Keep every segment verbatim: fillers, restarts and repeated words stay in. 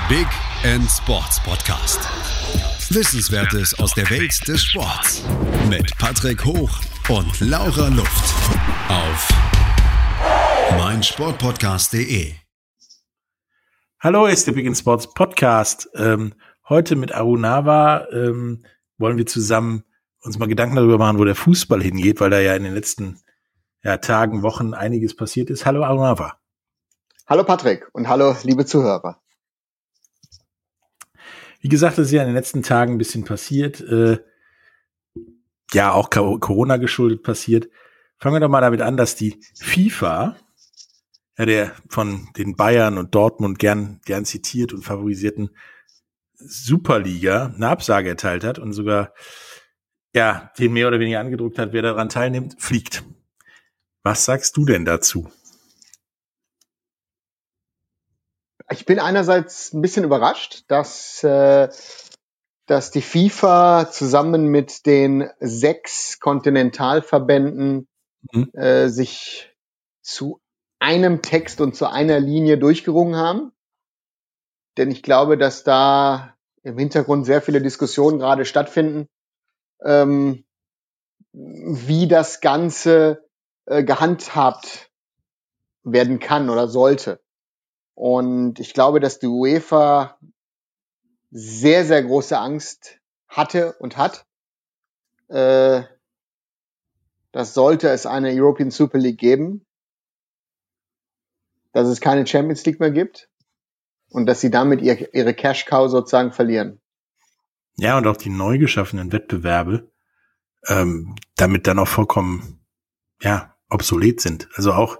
Big End Sports Podcast. Wissenswertes aus der Welt des Sports. Mit Patrick Hoch und Laura Luft. Auf meinsportpodcast punkt de. Hallo, ist der Big End Sports Podcast. Ähm, heute mit Arunava ähm, wollen wir zusammen uns mal Gedanken darüber machen, wo der Fußball hingeht, weil da ja in den letzten ja, Tagen, Wochen einiges passiert ist. Hallo Arunava. Hallo Patrick und hallo liebe Zuhörer. Wie gesagt, es ist ja in den letzten Tagen ein bisschen passiert. Äh, ja, auch Corona geschuldet passiert. Fangen wir doch mal damit an, dass die FIFA, ja, der von den Bayern und Dortmund gern, gern zitiert und favorisierten Superliga eine Absage erteilt hat und sogar, ja, den mehr oder weniger angedruckt hat, wer daran teilnimmt, fliegt. Was sagst du denn dazu? Ich bin einerseits ein bisschen überrascht, dass, äh, dass die FIFA zusammen mit den sechs Kontinentalverbänden mhm. äh, sich zu einem Text und zu einer Linie durchgerungen haben. Denn ich glaube, dass da im Hintergrund sehr viele Diskussionen gerade stattfinden, ähm, wie das Ganze äh, gehandhabt werden kann oder sollte. Und ich glaube, dass die UEFA sehr, sehr große Angst hatte und hat. Äh, das sollte es eine European Super League geben, dass es keine Champions League mehr gibt und dass sie damit ihr, ihre Cash Cow sozusagen verlieren. Ja, und auch die neu geschaffenen Wettbewerbe ähm, damit dann auch vollkommen ja obsolet sind. Also auch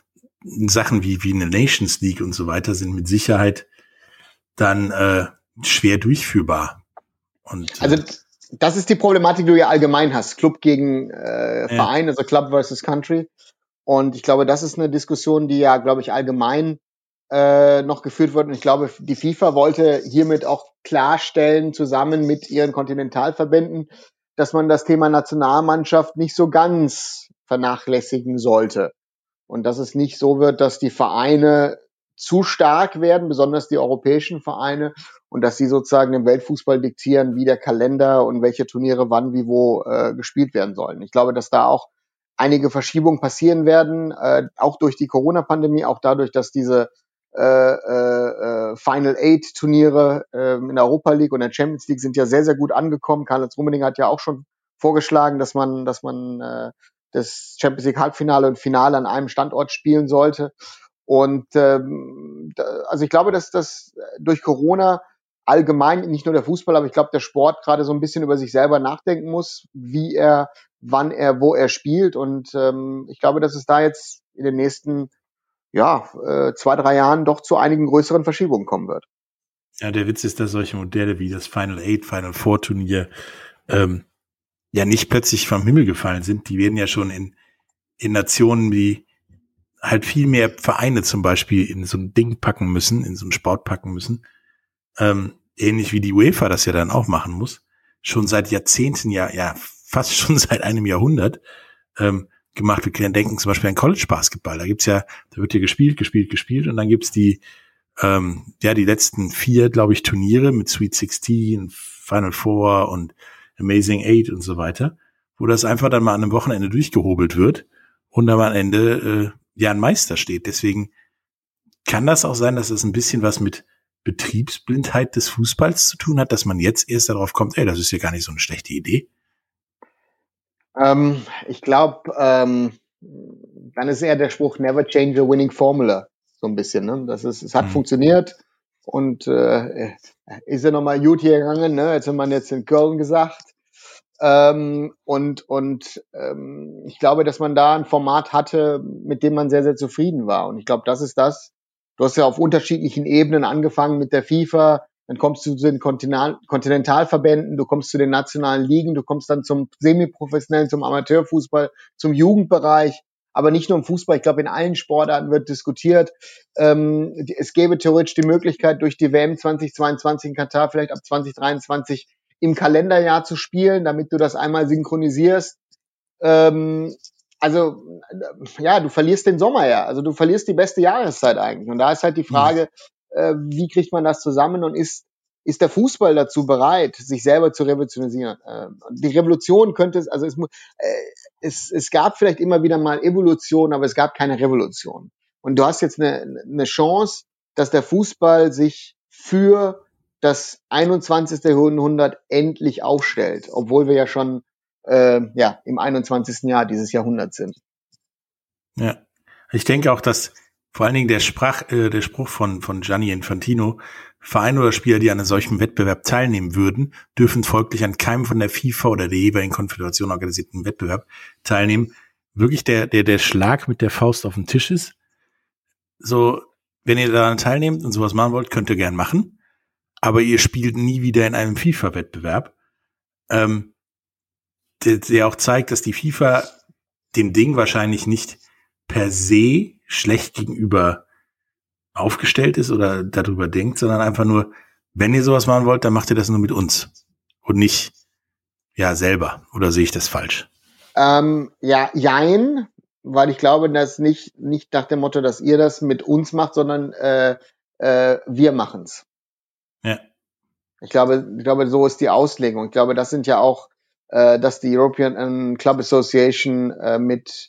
Sachen wie wie eine Nations League und so weiter sind mit Sicherheit dann äh, schwer durchführbar. Und also das ist die Problematik, die du ja allgemein hast. Club gegen äh, Verein, ja. Also Club versus Country. Und ich glaube, das ist eine Diskussion, die ja, glaube ich, allgemein äh, noch geführt wird. Und ich glaube, die FIFA wollte hiermit auch klarstellen, zusammen mit ihren Kontinentalverbänden, dass man das Thema Nationalmannschaft nicht so ganz vernachlässigen sollte. Und dass es nicht so wird, dass die Vereine zu stark werden, besonders die europäischen Vereine, und dass sie sozusagen dem Weltfußball diktieren, wie der Kalender und welche Turniere wann, wie, wo äh, gespielt werden sollen. Ich glaube, dass da auch einige Verschiebungen passieren werden, äh, auch durch die Corona-Pandemie, auch dadurch, dass diese äh, äh, Final Eight Turniere äh, in der Europa League und der Champions League sind ja sehr, sehr gut angekommen. Karl-Heinz Rummenigge hat ja auch schon vorgeschlagen, dass man, dass man äh, das Champions League Halbfinale und Finale an einem Standort spielen sollte. Und ähm, also ich glaube, dass das durch Corona allgemein, nicht nur der Fußball, aber ich glaube, der Sport gerade so ein bisschen über sich selber nachdenken muss, wie er, wann er, wo er spielt. Und ähm, ich glaube, dass es da jetzt in den nächsten ja äh, zwei, drei Jahren doch zu einigen größeren Verschiebungen kommen wird. Ja, der Witz ist, dass solche Modelle wie das Final Eight, Final Four Turnier ähm, ja nicht plötzlich vom Himmel gefallen sind. Die werden ja schon in in Nationen, die halt viel mehr Vereine zum Beispiel in so ein Ding packen müssen, in so einen Sport packen müssen, ähm, ähnlich wie die UEFA das ja dann auch machen muss, schon seit Jahrzehnten, ja, ja, fast schon seit einem Jahrhundert ähm, gemacht. Wir können denken zum Beispiel an College-Basketball. Da gibt's ja, da wird ja gespielt, gespielt, gespielt und dann gibt's die, ähm, ja, die letzten vier, glaube ich, Turniere mit Sweet sechzehn, Final Four und Amazing Eight und so weiter, wo das einfach dann mal an einem Wochenende durchgehobelt wird und dann am Ende äh, ja ein Meister steht. Deswegen kann das auch sein, dass es ein bisschen was mit Betriebsblindheit des Fußballs zu tun hat, dass man jetzt erst darauf kommt, ey, das ist ja gar nicht so eine schlechte Idee. Ähm, ich glaube, ähm, dann ist eher der Spruch Never change a winning formula, so ein bisschen. Ne? Das ist, es hat mhm. funktioniert und äh, ist ja nochmal gut hier gegangen. Ne? Jetzt hat man jetzt in Köln gesagt. Ähm, und und ähm, ich glaube, dass man da ein Format hatte, mit dem man sehr, sehr zufrieden war. Und ich glaube, das ist das. Du hast ja auf unterschiedlichen Ebenen angefangen mit der FIFA, dann kommst du zu den Kontinental- Kontinentalverbänden, du kommst zu den nationalen Ligen, du kommst dann zum Semiprofessionellen, zum Amateurfußball, zum Jugendbereich. Aber nicht nur im Fußball, ich glaube, in allen Sportarten wird diskutiert. Ähm, es gäbe theoretisch die Möglichkeit, durch die W M zwanzig zweiundzwanzig in Katar vielleicht ab zwanzig dreiundzwanzig im Kalenderjahr zu spielen, damit du das einmal synchronisierst. Ähm, also, ja, du verlierst den Sommer ja. Also du verlierst die beste Jahreszeit eigentlich. Und da ist halt die Frage, äh, wie kriegt man das zusammen und ist ist der Fußball dazu bereit, sich selber zu revolutionisieren? Äh, die Revolution könnte es, also es, äh, es, es gab vielleicht immer wieder mal Evolution, aber es gab keine Revolution. Und du hast jetzt eine, eine Chance, dass der Fußball sich für das einundzwanzigste. Jahrhundert endlich aufstellt, obwohl wir ja schon äh, ja im einundzwanzigsten. Jahr dieses Jahrhunderts sind. Ja, ich denke auch, dass vor allen Dingen der, Sprach, äh, der Spruch von, von Gianni Infantino, Vereine oder Spieler, die an einem solchen Wettbewerb teilnehmen würden, dürfen folglich an keinem von der FIFA oder der jeweiligen Konföderation organisierten Wettbewerb teilnehmen, wirklich der, der, der Schlag mit der Faust auf den Tisch ist. So, wenn ihr daran teilnehmt und sowas machen wollt, könnt ihr gern machen, aber ihr spielt nie wieder in einem FIFA-Wettbewerb, ähm, der, der auch zeigt, dass die FIFA dem Ding wahrscheinlich nicht per se schlecht gegenüber aufgestellt ist oder darüber denkt, sondern einfach nur, wenn ihr sowas machen wollt, dann macht ihr das nur mit uns und nicht ja selber. Oder sehe ich das falsch? Ähm, ja, jein, weil ich glaube, dass nicht nicht nach dem Motto, dass ihr das mit uns macht, sondern äh, äh, wir machen's. Ja. Ich glaube, ich glaube, so ist die Auslegung. Ich glaube, das sind ja auch, äh, dass die European Club Association äh, mit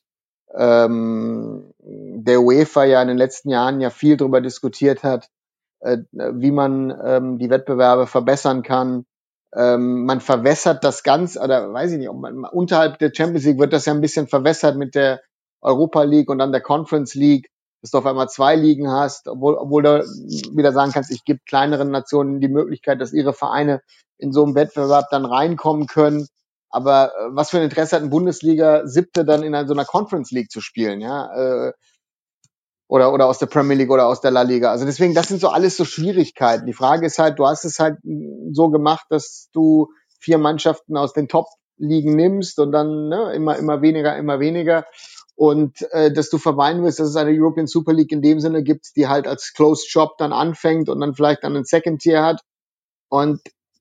ähm, der UEFA ja in den letzten Jahren ja viel darüber diskutiert hat, äh, wie man ähm, die Wettbewerbe verbessern kann. Ähm, man verwässert das Ganze, oder weiß ich nicht, ob man, unterhalb der Champions League wird das ja ein bisschen verwässert mit der Europa League und dann der Conference League, dass du auf einmal zwei Ligen hast, obwohl, obwohl du wieder sagen kannst, ich gebe kleineren Nationen die Möglichkeit, dass ihre Vereine in so einem Wettbewerb dann reinkommen können. Aber äh, was für ein Interesse hat ein Bundesliga Siebte dann in so einer Conference League zu spielen, ja? Äh, oder oder aus der Premier League oder aus der La Liga. Also deswegen, das sind so alles so Schwierigkeiten. Die Frage ist halt, du hast es halt so gemacht, dass du vier Mannschaften aus den Top-Ligen nimmst und dann ne, immer immer weniger, immer weniger. Und äh, dass du vermeiden willst, dass es eine European Super League in dem Sinne gibt, die halt als Closed Shop dann anfängt und dann vielleicht dann ein Second Tier hat. Und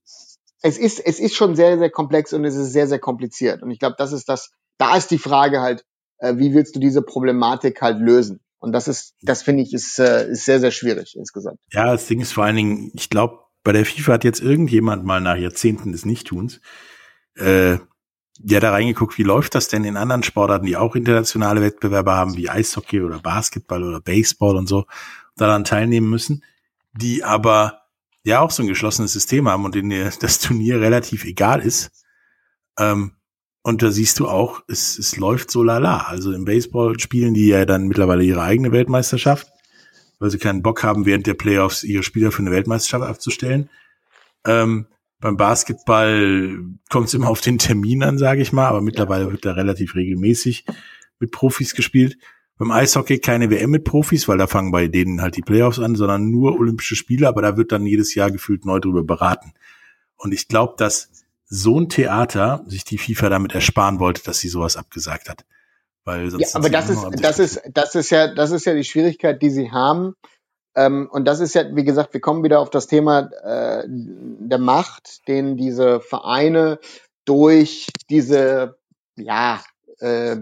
es ist, es ist schon sehr, sehr komplex und es ist sehr, sehr kompliziert. Und ich glaube, das ist das, da ist die Frage halt, äh, wie willst du diese Problematik halt lösen? Und das ist, das finde ich, ist, äh, ist sehr, sehr schwierig insgesamt. Ja, das Ding ist vor allen Dingen, ich glaube, bei der FIFA hat jetzt irgendjemand mal nach Jahrzehnten des Nichttuns, äh, ja, da reingeguckt, wie läuft das denn in anderen Sportarten, die auch internationale Wettbewerbe haben, wie Eishockey oder Basketball oder Baseball und so, daran teilnehmen müssen, die aber ja auch so ein geschlossenes System haben und denen das Turnier relativ egal ist. Ähm, und da siehst du auch, es, es läuft so lala. Also im Baseball spielen die ja dann mittlerweile ihre eigene Weltmeisterschaft, weil sie keinen Bock haben, während der Playoffs ihre Spieler für eine Weltmeisterschaft aufzustellen. Ähm, beim Basketball kommt es immer auf den Termin an, sage ich mal, aber mittlerweile wird da relativ regelmäßig mit Profis gespielt. Beim Eishockey keine W M mit Profis, weil da fangen bei denen halt die Playoffs an, sondern nur Olympische Spiele, aber da wird dann jedes Jahr gefühlt neu drüber beraten. Und ich glaube, dass so ein Theater sich die FIFA damit ersparen wollte, dass sie sowas abgesagt hat. Weil sonst ja, aber das ist, das ist, das ist ja, das ist ja die Schwierigkeit, die sie haben. Ähm, und das ist ja, wie gesagt, wir kommen wieder auf das Thema äh, der Macht, den diese Vereine durch diese, ja, äh,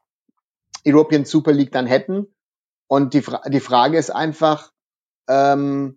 European Super League dann hätten. Und die, Fra- die Frage ist einfach, ähm,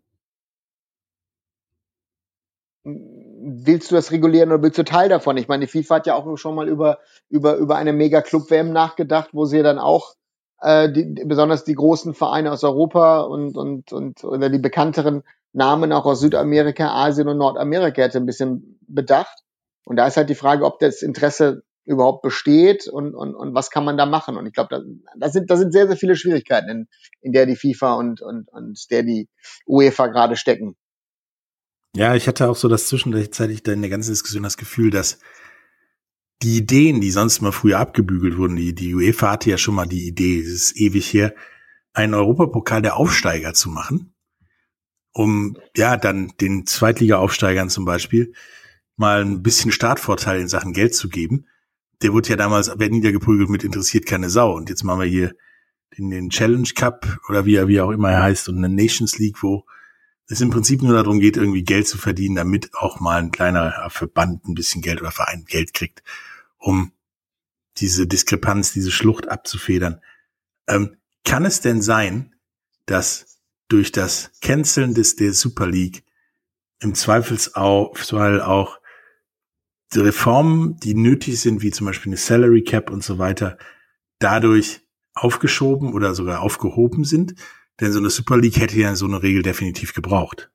willst du das regulieren oder willst du Teil davon? Ich meine, die FIFA hat ja auch schon mal über, über, über eine Mega-Club-W M nachgedacht, wo sie dann auch äh, die, besonders die großen Vereine aus Europa und, und, und oder die bekannteren Namen auch aus Südamerika, Asien und Nordamerika hätte ein bisschen bedacht. Und da ist halt die Frage, ob das Interesse überhaupt besteht und, und, und was kann man da machen. Und ich glaube, da, da sind da sind sehr, sehr viele Schwierigkeiten, in, in der die FIFA und, und, und der die UEFA gerade stecken. Ja, ich hatte auch so das zwischenzeitlich da in der ganzen Diskussion das Gefühl, dass die Ideen, die sonst mal früher abgebügelt wurden, die, die UEFA hatte ja schon mal die Idee, es ist ewig her, einen Europapokal der Aufsteiger zu machen, um ja dann den Zweitliga-Aufsteigern zum Beispiel mal ein bisschen Startvorteil in Sachen Geld zu geben. Der wurde ja damals niedergeprügelt mit interessiert keine Sau. Und jetzt machen wir hier den, den Challenge Cup oder wie er wie auch immer er heißt und eine Nations League, wo es im Prinzip nur darum geht, irgendwie Geld zu verdienen, damit auch mal ein kleiner Verband ein bisschen Geld oder Verein Geld kriegt, um diese Diskrepanz, diese Schlucht abzufedern. Ähm, kann es denn sein, dass durch das Canceln des der Super League im Zweifelsfall auch die Reformen, die nötig sind, wie zum Beispiel eine Salary Cap und so weiter, dadurch aufgeschoben oder sogar aufgehoben sind. Denn so eine Super League hätte ja so eine Regel definitiv gebraucht.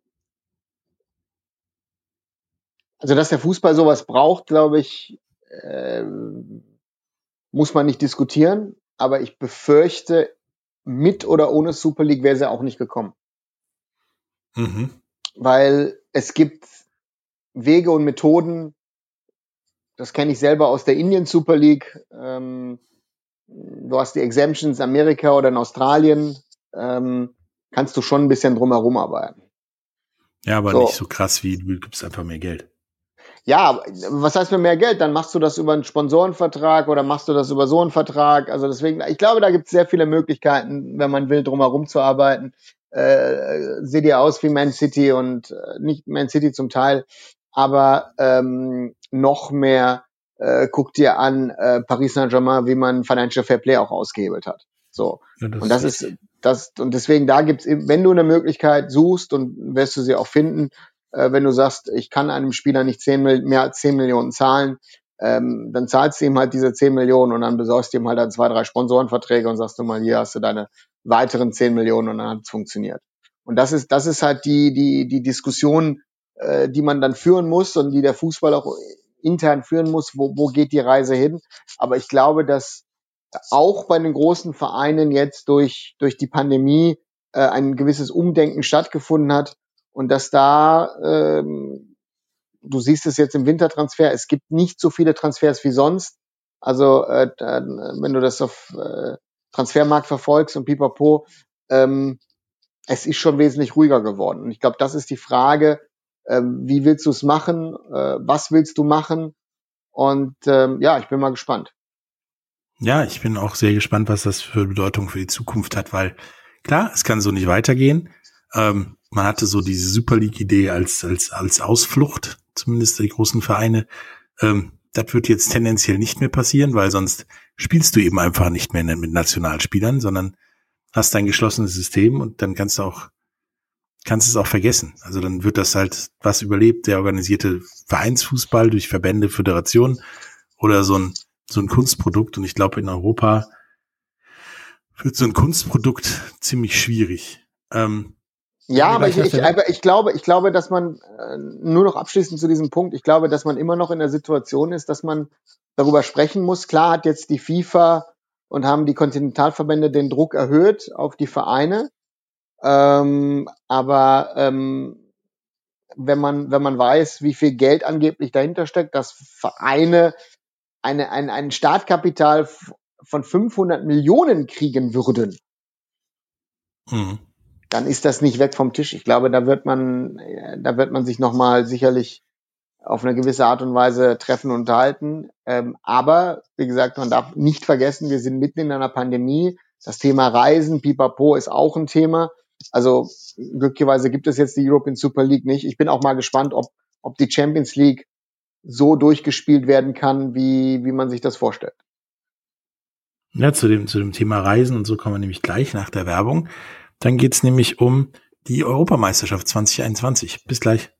Also, dass der Fußball sowas braucht, glaube ich, äh, muss man nicht diskutieren. Aber ich befürchte, mit oder ohne Super League wäre sie auch nicht gekommen. Mhm. Weil es gibt Wege und Methoden, das kenne ich selber aus der Indian Super League. Ähm, du hast die Exemptions in Amerika oder in Australien. Ähm, kannst du schon ein bisschen drumherum arbeiten. Ja, aber so. nicht so krass wie du gibst einfach mehr Geld. Ja, was heißt für mehr Geld? Dann machst du das über einen Sponsorenvertrag oder machst du das über so einen Vertrag. Also deswegen, ich glaube, da gibt es sehr viele Möglichkeiten, wenn man will, drumherum zu arbeiten. Äh, seht ihr aus wie Man City und äh, nicht Man City zum Teil, aber ähm, noch mehr äh, guckt dir an äh, Paris Saint-Germain, wie man Financial Fair Play auch ausgehebelt hat. So. Ja, das und das ist, ist das, und deswegen da gibt's, wenn du eine Möglichkeit suchst, und wirst du sie auch finden, äh, wenn du sagst, ich kann einem Spieler nicht zehn, mehr als zehn Millionen zahlen, ähm, dann zahlst du ihm halt diese zehn Millionen und dann besorgst du ihm halt dann zwei, drei Sponsorenverträge und sagst du mal, hier hast du deine weiteren zehn Millionen und dann hat es funktioniert. Und das ist, das ist halt die, die, die Diskussion, äh, die man dann führen muss und die der Fußball auch intern führen muss, wo, wo geht die Reise hin. Aber ich glaube, dass auch bei den großen Vereinen jetzt durch, durch die Pandemie äh, ein gewisses Umdenken stattgefunden hat und dass da, ähm, du siehst es jetzt im Wintertransfer, es gibt nicht so viele Transfers wie sonst. Also äh, wenn du das auf äh, Transfermarkt verfolgst und pipapo, ähm, es ist schon wesentlich ruhiger geworden. Und ich glaube, das ist die Frage, äh, wie willst du es machen, äh, was willst du machen? Und ähm, ja, ich bin mal gespannt. Ja, ich bin auch sehr gespannt, was das für Bedeutung für die Zukunft hat, weil klar, es kann so nicht weitergehen. Ähm, man hatte so diese Super League-Idee als als als Ausflucht, zumindest die großen Vereine. Ähm, das wird jetzt tendenziell nicht mehr passieren, weil sonst spielst du eben einfach nicht mehr mit Nationalspielern, sondern hast ein geschlossenes System und dann kannst du auch kannst es auch vergessen. Also dann wird das halt, was überlebt, der organisierte Vereinsfußball durch Verbände, Föderationen oder so ein so ein Kunstprodukt. Und ich glaube, in Europa wird so ein Kunstprodukt ziemlich schwierig. Ähm, ja, aber ich, ich, aber ich glaube, ich glaube, dass man äh, nur noch abschließend zu diesem Punkt, ich glaube, dass man immer noch in der Situation ist, dass man darüber sprechen muss. Klar hat jetzt die FIFA und haben die Kontinentalverbände den Druck erhöht auf die Vereine. Ähm, aber ähm, wenn man wenn man weiß, wie viel Geld angeblich dahinter steckt, dass Vereine eine ein ein Startkapital von fünfhundert Millionen kriegen würden, mhm. dann ist das nicht weg vom Tisch. Ich glaube, da wird man da wird man sich noch mal sicherlich auf eine gewisse Art und Weise treffen und unterhalten. Ähm, aber wie gesagt, man darf nicht vergessen, wir sind mitten in einer Pandemie. Das Thema Reisen, Pipapo, ist auch ein Thema. Also glücklicherweise gibt es jetzt die European Super League nicht. Ich bin auch mal gespannt, ob ob die Champions League so durchgespielt werden kann, wie wie man sich das vorstellt. Ja, zu dem zu dem Thema Reisen und so kommen wir nämlich gleich nach der Werbung. Dann geht's nämlich um die Europameisterschaft zwanzig einundzwanzig. Bis gleich.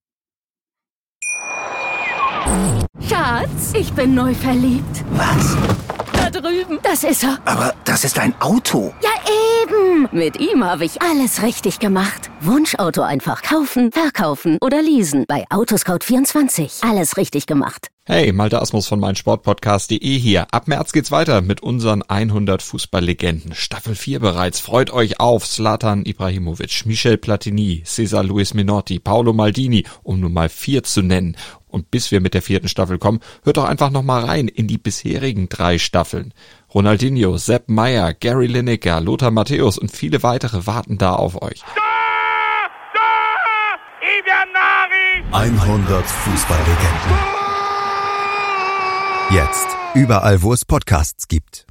Schatz, ich bin neu verliebt. Was? Da drüben. Das ist er. Aber das ist ein Auto. Ja, eben. Mit ihm habe ich alles richtig gemacht. Wunschauto einfach kaufen, verkaufen oder leasen. Bei Autoscout vierundzwanzig. Alles richtig gemacht. Hey, Malte Asmus von meinsportpodcast punkt de hier. Ab März geht's weiter mit unseren hundert Fußballlegenden. Staffel vier bereits. Freut euch auf Zlatan Ibrahimovic, Michel Platini, Cesar Luis Minotti, Paolo Maldini, um nur mal vier zu nennen. Und bis wir mit der vierten Staffel kommen, hört doch einfach noch mal rein in die bisherigen drei Staffeln. Ronaldinho, Sepp Maier, Gary Lineker, Lothar Matthäus und viele weitere warten da auf euch. hundert Fußballlegenden. Jetzt überall, wo es Podcasts gibt.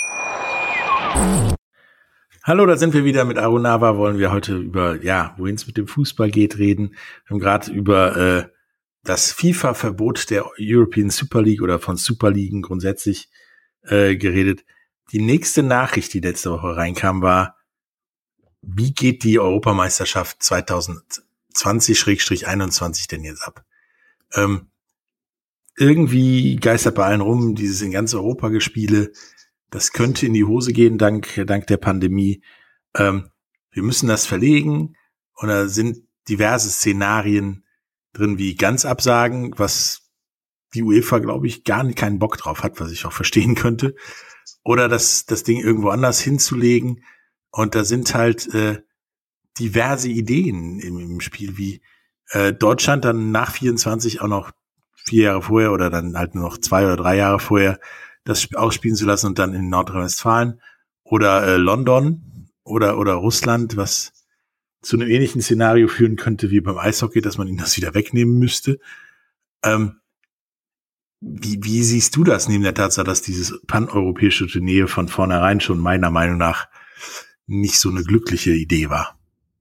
Hallo, da sind wir wieder mit Arunava. Wollen wir heute über, ja, wohin es mit dem Fußball geht, reden. Wir haben gerade über äh, das FIFA-Verbot der European Super League oder von Superligen grundsätzlich äh, geredet. Die nächste Nachricht, die letzte Woche reinkam, war, wie geht die Europameisterschaft zwanzig zwanzig einundzwanzig denn jetzt ab? Ähm, irgendwie geistert bei allen rum, dieses in ganz Europa gespiele, das könnte in die Hose gehen dank, dank der Pandemie. Ähm, wir müssen das verlegen und da sind diverse Szenarien drin, wie ganz absagen, was die UEFA, glaube ich, gar nicht keinen Bock drauf hat, was ich auch verstehen könnte. Oder das, das Ding irgendwo anders hinzulegen. Und da sind halt äh, diverse Ideen im, im Spiel, wie äh, Deutschland dann nach vierundzwanzig auch noch vier Jahre vorher oder dann halt nur noch zwei oder drei Jahre vorher das ausspielen zu lassen und dann in Nordrhein-Westfalen oder äh, London oder oder Russland, was zu einem ähnlichen Szenario führen könnte wie beim Eishockey, dass man ihnen das wieder wegnehmen müsste. Ähm, wie, wie siehst du das neben der Tatsache, dass dieses paneuropäische Turnier von vornherein schon meiner Meinung nach nicht so eine glückliche Idee war?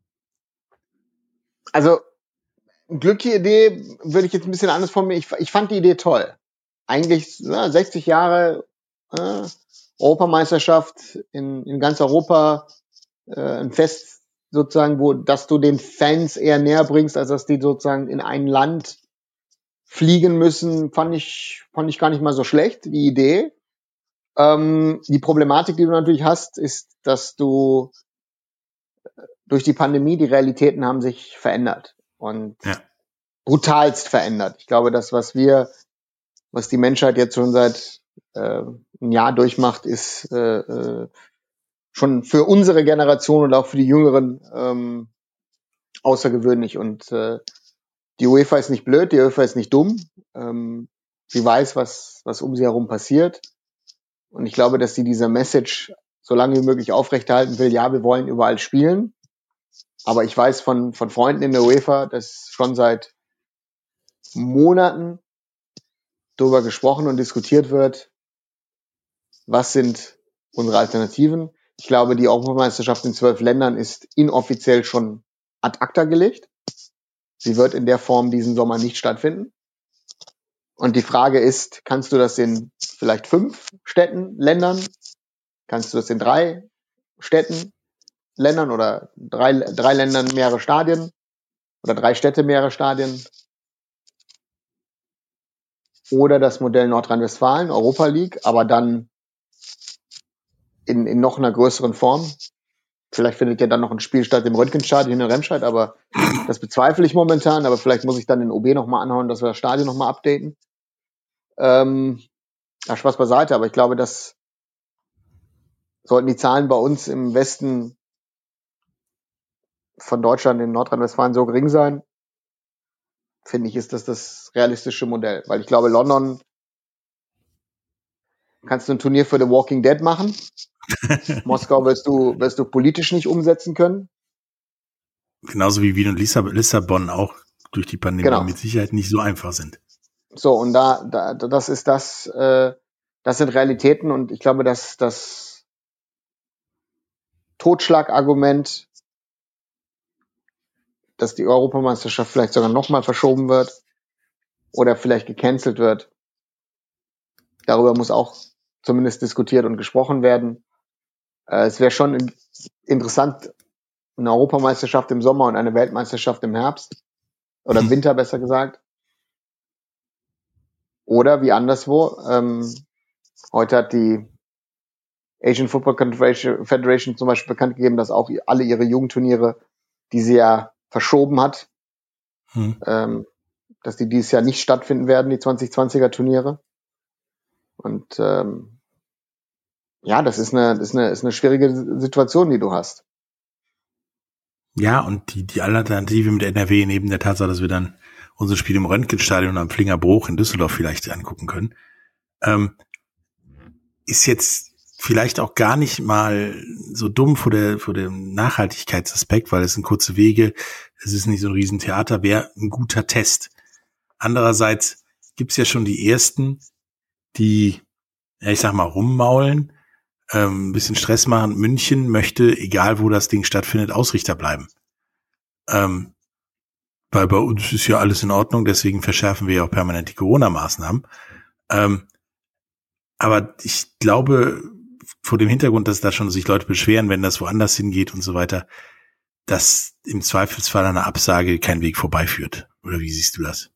Also glückliche Idee würde ich jetzt ein bisschen anders formulieren. Ich, ich fand die Idee toll. Eigentlich ja, sechzig Jahre äh, Europameisterschaft in, in ganz Europa, äh, ein Fest sozusagen, wo dass du den Fans eher näher bringst, als dass die sozusagen in ein Land fliegen müssen, fand ich fand ich gar nicht mal so schlecht, die Idee. Ähm, die Problematik, die du natürlich hast, ist, dass du durch die Pandemie, die Realitäten haben sich verändert und ja. brutalst verändert. Ich glaube, das, was wir, was die Menschheit jetzt schon seit äh, ein Jahr durchmacht, ist äh, äh, schon für unsere Generation und auch für die Jüngeren ähm, außergewöhnlich. Und äh, die UEFA ist nicht blöd, die UEFA ist nicht dumm. Ähm, sie weiß, was was um sie herum passiert. Und ich glaube, dass sie diese Message so lange wie möglich aufrechterhalten will. Ja, wir wollen überall spielen. Aber ich weiß von von Freunden in der UEFA, dass schon seit Monaten darüber gesprochen und diskutiert wird, was sind unsere Alternativen. Ich glaube, die Europameisterschaft in zwölf Ländern ist inoffiziell schon ad acta gelegt. Sie wird in der Form diesen Sommer nicht stattfinden. Und die Frage ist, kannst du das in vielleicht fünf Städten, Ländern? Kannst du das in drei Städten, Ländern oder drei, drei Ländern mehrere Stadien oder drei Städte mehrere Stadien? Oder das Modell Nordrhein-Westfalen, Europa League, aber dann in, in noch einer größeren Form. Vielleicht findet ja dann noch ein Spiel statt im Röntgenstadion in Remscheid, aber das bezweifle ich momentan. Aber vielleicht muss ich dann den O B nochmal anhauen, dass wir das Stadion nochmal updaten. Ähm, ja, Spaß beiseite, aber ich glaube, dass sollten die Zahlen bei uns im Westen von Deutschland in Nordrhein-Westfalen so gering sein, finde ich, ist das das realistische Modell. Weil ich glaube, London kannst du ein Turnier für The Walking Dead machen. Moskau wirst du, wirst du politisch nicht umsetzen können. Genauso wie Wien und Lissabon auch durch die Pandemie genau. mit Sicherheit nicht so einfach sind. So, und da, da das ist das, äh, das sind Realitäten und ich glaube, dass das Totschlagargument, dass die Europameisterschaft vielleicht sogar nochmal verschoben wird oder vielleicht gecancelt wird, darüber muss auch zumindest diskutiert und gesprochen werden. Äh, es wäre schon interessant, eine Europameisterschaft im Sommer und eine Weltmeisterschaft im Herbst oder im Winter besser gesagt. Oder wie anderswo. Ähm, heute hat die Asian Football Federation zum Beispiel bekannt gegeben, dass auch alle ihre Jugendturniere, die sie ja verschoben hat, hm. ähm, dass die dieses Jahr nicht stattfinden werden, die zwanzig zwanziger Turniere. Und ähm, ja, das ist eine, das ist eine, ist eine schwierige Situation, die du hast. Ja, und die, die Alternative mit N R W neben der Tatsache, dass wir dann unser Spiel im Röntgenstadion am Flingerbruch in Düsseldorf vielleicht angucken können, ähm, ist jetzt vielleicht auch gar nicht mal so dumm vor der, vor dem Nachhaltigkeitsaspekt, weil es sind kurze Wege, es ist nicht so ein Riesentheater, wäre ein guter Test. Andererseits gibt's ja schon die ersten, die, ja, ich sag mal, rummaulen, ähm, ein bisschen Stress machen. München möchte, egal wo das Ding stattfindet, Ausrichter bleiben. Ähm, weil bei uns ist ja alles in Ordnung, deswegen verschärfen wir ja auch permanent die Corona-Maßnahmen. Ähm, aber ich glaube, vor dem Hintergrund, dass da schon sich Leute beschweren, wenn das woanders hingeht und so weiter, dass im Zweifelsfall an einer Absage kein Weg vorbeiführt. Oder wie siehst du das?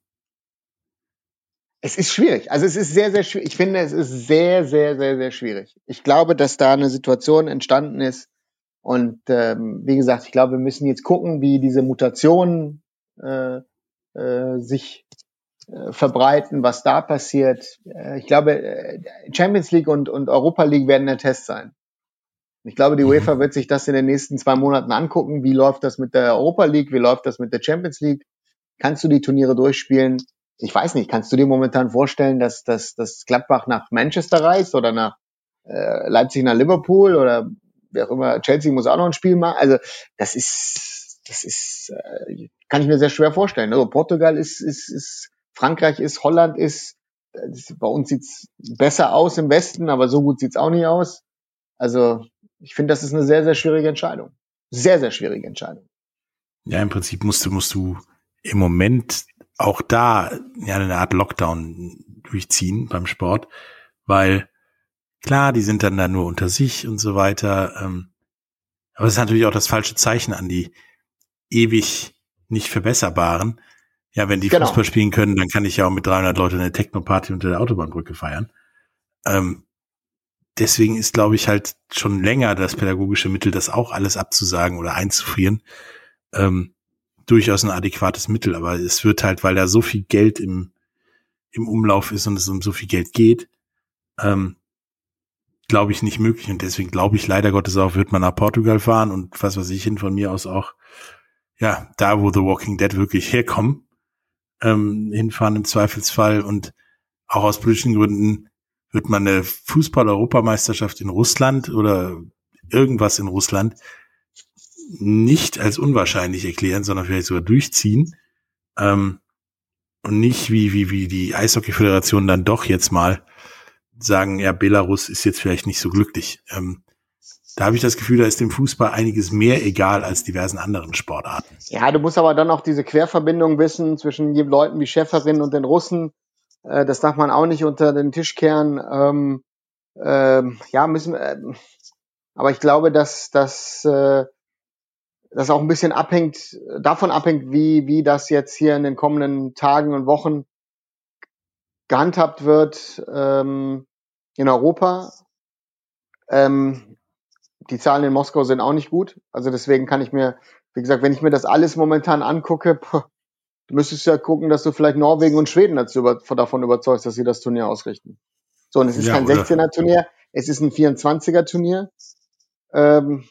Es ist schwierig. Also es ist sehr, sehr schwierig. Ich finde, es ist sehr, sehr, sehr, sehr schwierig. Ich glaube, dass da eine Situation entstanden ist. Und ähm, wie gesagt, ich glaube, wir müssen jetzt gucken, wie diese Mutationen äh, äh, sich äh, verbreiten, was da passiert. Äh, ich glaube, äh, Champions League und, und Europa League werden der Test sein. Ich glaube, die UEFA wird sich das in den nächsten zwei Monaten angucken. Wie läuft das mit der Europa League? Wie läuft das mit der Champions League? Kannst du die Turniere durchspielen? Ich weiß nicht, kannst du dir momentan vorstellen, dass, dass, dass Gladbach nach Manchester reist oder nach äh, Leipzig nach Liverpool oder wer auch immer, Chelsea muss auch noch ein Spiel machen? Also das ist, das ist, äh, kann ich mir sehr schwer vorstellen. Also Portugal ist, ist, ist, Frankreich ist, Holland ist, das, bei uns sieht's besser aus im Westen, aber so gut sieht's auch nicht aus. Also ich finde, das ist eine sehr, sehr schwierige Entscheidung. Sehr, sehr schwierige Entscheidung. Ja, im Prinzip musst du, musst du im Moment auch da ja eine Art Lockdown durchziehen beim Sport, weil klar, die sind dann da nur unter sich und so weiter. Ähm, aber es ist natürlich auch das falsche Zeichen an die ewig nicht verbesserbaren. Ja, wenn die genau. Fußball spielen können, dann kann ich ja auch mit dreihundert Leuten eine Techno-Party unter der Autobahnbrücke feiern. Ähm, deswegen ist, glaube ich, halt schon länger das pädagogische Mittel, das auch alles abzusagen oder einzufrieren, ähm, durchaus ein adäquates Mittel. Aber es wird halt, weil da so viel Geld im, im Umlauf ist und es um so viel Geld geht, ähm, glaube ich, nicht möglich. Und deswegen glaube ich leider Gottes auch, wird man nach Portugal fahren und was weiß ich hin von mir aus auch, ja, da wo The Walking Dead wirklich herkommen, ähm, hinfahren im Zweifelsfall. Und auch aus politischen Gründen wird man eine Fußball-Europameisterschaft in Russland oder irgendwas in Russland nicht als unwahrscheinlich erklären, sondern vielleicht sogar durchziehen. Ähm, und nicht wie, wie, wie die Eishockey-Föderation dann doch jetzt mal sagen, ja, Belarus ist jetzt vielleicht nicht so glücklich. Ähm, da habe ich das Gefühl, da ist dem Fußball einiges mehr egal als diversen anderen Sportarten. Ja, du musst aber dann auch diese Querverbindung wissen zwischen den Leuten wie Schäferin und den Russen. Äh, das darf man auch nicht unter den Tisch kehren. Ähm, ähm, ja, müssen äh, aber ich glaube, dass dass äh, das auch ein bisschen abhängt, davon abhängt, wie wie das jetzt hier in den kommenden Tagen und Wochen gehandhabt wird ähm, in Europa. Ähm, die Zahlen in Moskau sind auch nicht gut. Also deswegen kann ich mir, wie gesagt, wenn ich mir das alles momentan angucke, poh, du müsstest ja gucken, dass du vielleicht Norwegen und Schweden dazu über, davon überzeugst, dass sie das Turnier ausrichten. So, und es ist ja, kein sechzehner-Turnier, es ist ein vierundzwanziger-Turnier. Ähm,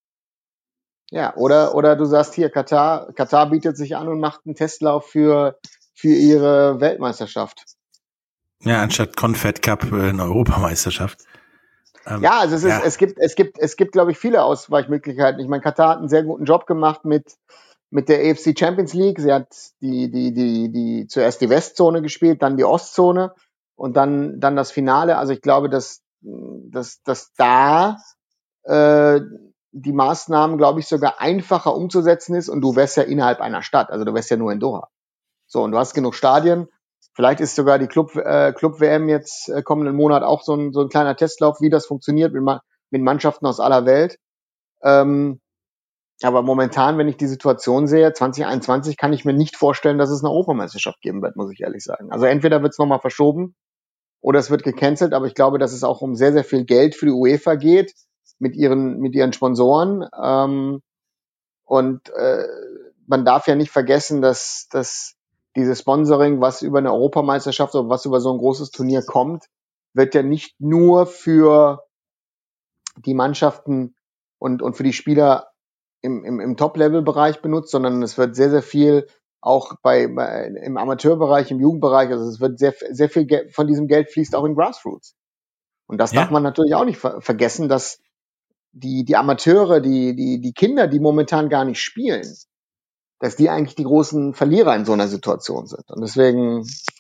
ja, oder oder du sagst hier, Katar, Katar bietet sich an und macht einen Testlauf für für ihre Weltmeisterschaft. Ja, anstatt Confed Cup äh, eine Europameisterschaft. Ähm, ja, also es ist, ja. es gibt, es gibt, es gibt, glaube ich, viele Ausweichmöglichkeiten. Ich meine, Katar hat einen sehr guten Job gemacht mit mit der A F C Champions League. Sie hat die die die die zuerst die Westzone gespielt, dann die Ostzone und dann dann das Finale. Also ich glaube, dass dass dass da äh, die Maßnahmen, glaube ich, sogar einfacher umzusetzen ist und du wärst ja innerhalb einer Stadt. Also du wärst ja nur in Doha. So, und du hast genug Stadien. Vielleicht ist sogar die Club, äh, Club-W M jetzt äh, kommenden Monat auch so ein, so ein kleiner Testlauf, wie das funktioniert mit, mit Mannschaften aus aller Welt. Ähm, aber momentan, wenn ich die Situation sehe, zwanzig einundzwanzig, kann ich mir nicht vorstellen, dass es eine Europameisterschaft geben wird, muss ich ehrlich sagen. Also entweder wird es nochmal verschoben oder es wird gecancelt, aber ich glaube, dass es auch um sehr, sehr viel Geld für die UEFA geht mit ihren, mit ihren Sponsoren. Ähm, und äh, man darf ja nicht vergessen, dass, dass dieses Sponsoring, was über eine Europameisterschaft oder was über so ein großes Turnier kommt, wird ja nicht nur für die Mannschaften und, und für die Spieler im, im, im Top-Level-Bereich benutzt, sondern es wird sehr, sehr viel auch bei, bei im Amateurbereich, im Jugendbereich, also es wird sehr, sehr viel Geld, von diesem Geld fließt auch in Grassroots. Und das ja. darf man natürlich auch nicht ver- vergessen, dass die, die Amateure, die, die, die Kinder, die momentan gar nicht spielen, dass die eigentlich die großen Verlierer in so einer Situation sind. Und deswegen,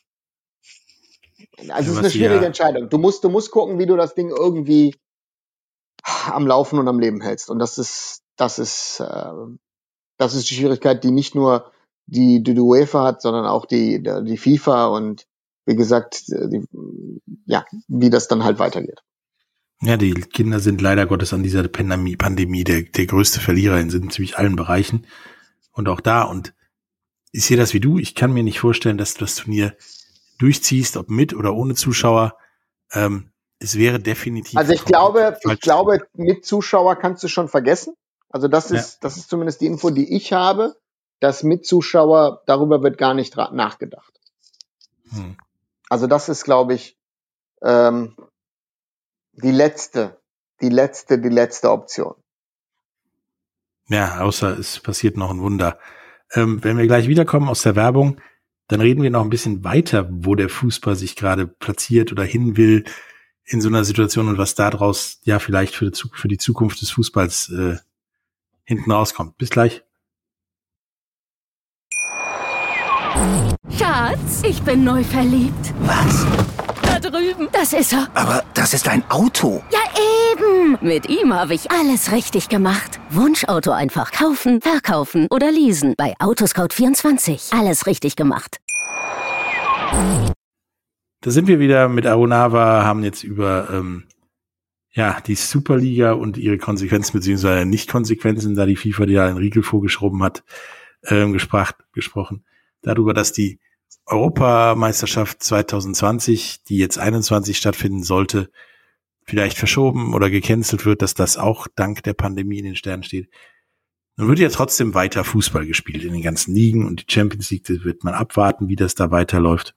also ja, es ist eine schwierige ja. Entscheidung. Du musst, du musst gucken, wie du das Ding irgendwie am Laufen und am Leben hältst. Und das ist, das ist, äh, das ist die Schwierigkeit, die nicht nur die, die, die UEFA hat, sondern auch die, die FIFA und wie gesagt, die, ja, wie das dann halt weitergeht. Ja, die Kinder sind leider Gottes an dieser Pandemie, Pandemie der, der größte Verlierer in so ziemlich allen Bereichen. Und auch da. Und ich sehe das wie du. Ich kann mir nicht vorstellen, dass du das Turnier durchziehst, ob mit oder ohne Zuschauer. Ähm, es wäre definitiv. Also ich glaube, ich glaube, mit Zuschauer kannst du schon vergessen. Also das ist, ja. das ist zumindest die Info, die ich habe, dass mit Zuschauer, darüber wird gar nicht nachgedacht. Hm. Also das ist, glaube ich, ähm, die letzte, die letzte, die letzte Option. Ja, außer es passiert noch ein Wunder. Ähm, wenn wir gleich wiederkommen aus der Werbung, dann reden wir noch ein bisschen weiter, wo der Fußball sich gerade platziert oder hin will in so einer Situation und was daraus ja vielleicht für die, für die Zukunft des Fußballs äh, hinten rauskommt. Bis gleich. Schatz, ich bin neu verliebt. Was? Da drüben. Das ist er. Aber das ist ein Auto. Ja, eben. Mit ihm habe ich alles richtig gemacht. Wunschauto einfach kaufen, verkaufen oder leasen. Bei Autoscout vierundzwanzig. Alles richtig gemacht. Da sind wir wieder mit Arunava, haben jetzt über ähm, ja die Superliga und ihre Konsequenzen beziehungsweise Nicht-Konsequenzen, da die FIFA die da einen Riegel vorgeschoben hat, ähm, gesprach, gesprochen. Darüber, dass die Europameisterschaft zwanzig zwanzig, die jetzt einundzwanzig stattfinden sollte, vielleicht verschoben oder gecancelt wird, dass das auch dank der Pandemie in den Sternen steht. Nun wird ja trotzdem weiter Fußball gespielt in den ganzen Ligen und die Champions League, das wird man abwarten, wie das da weiterläuft.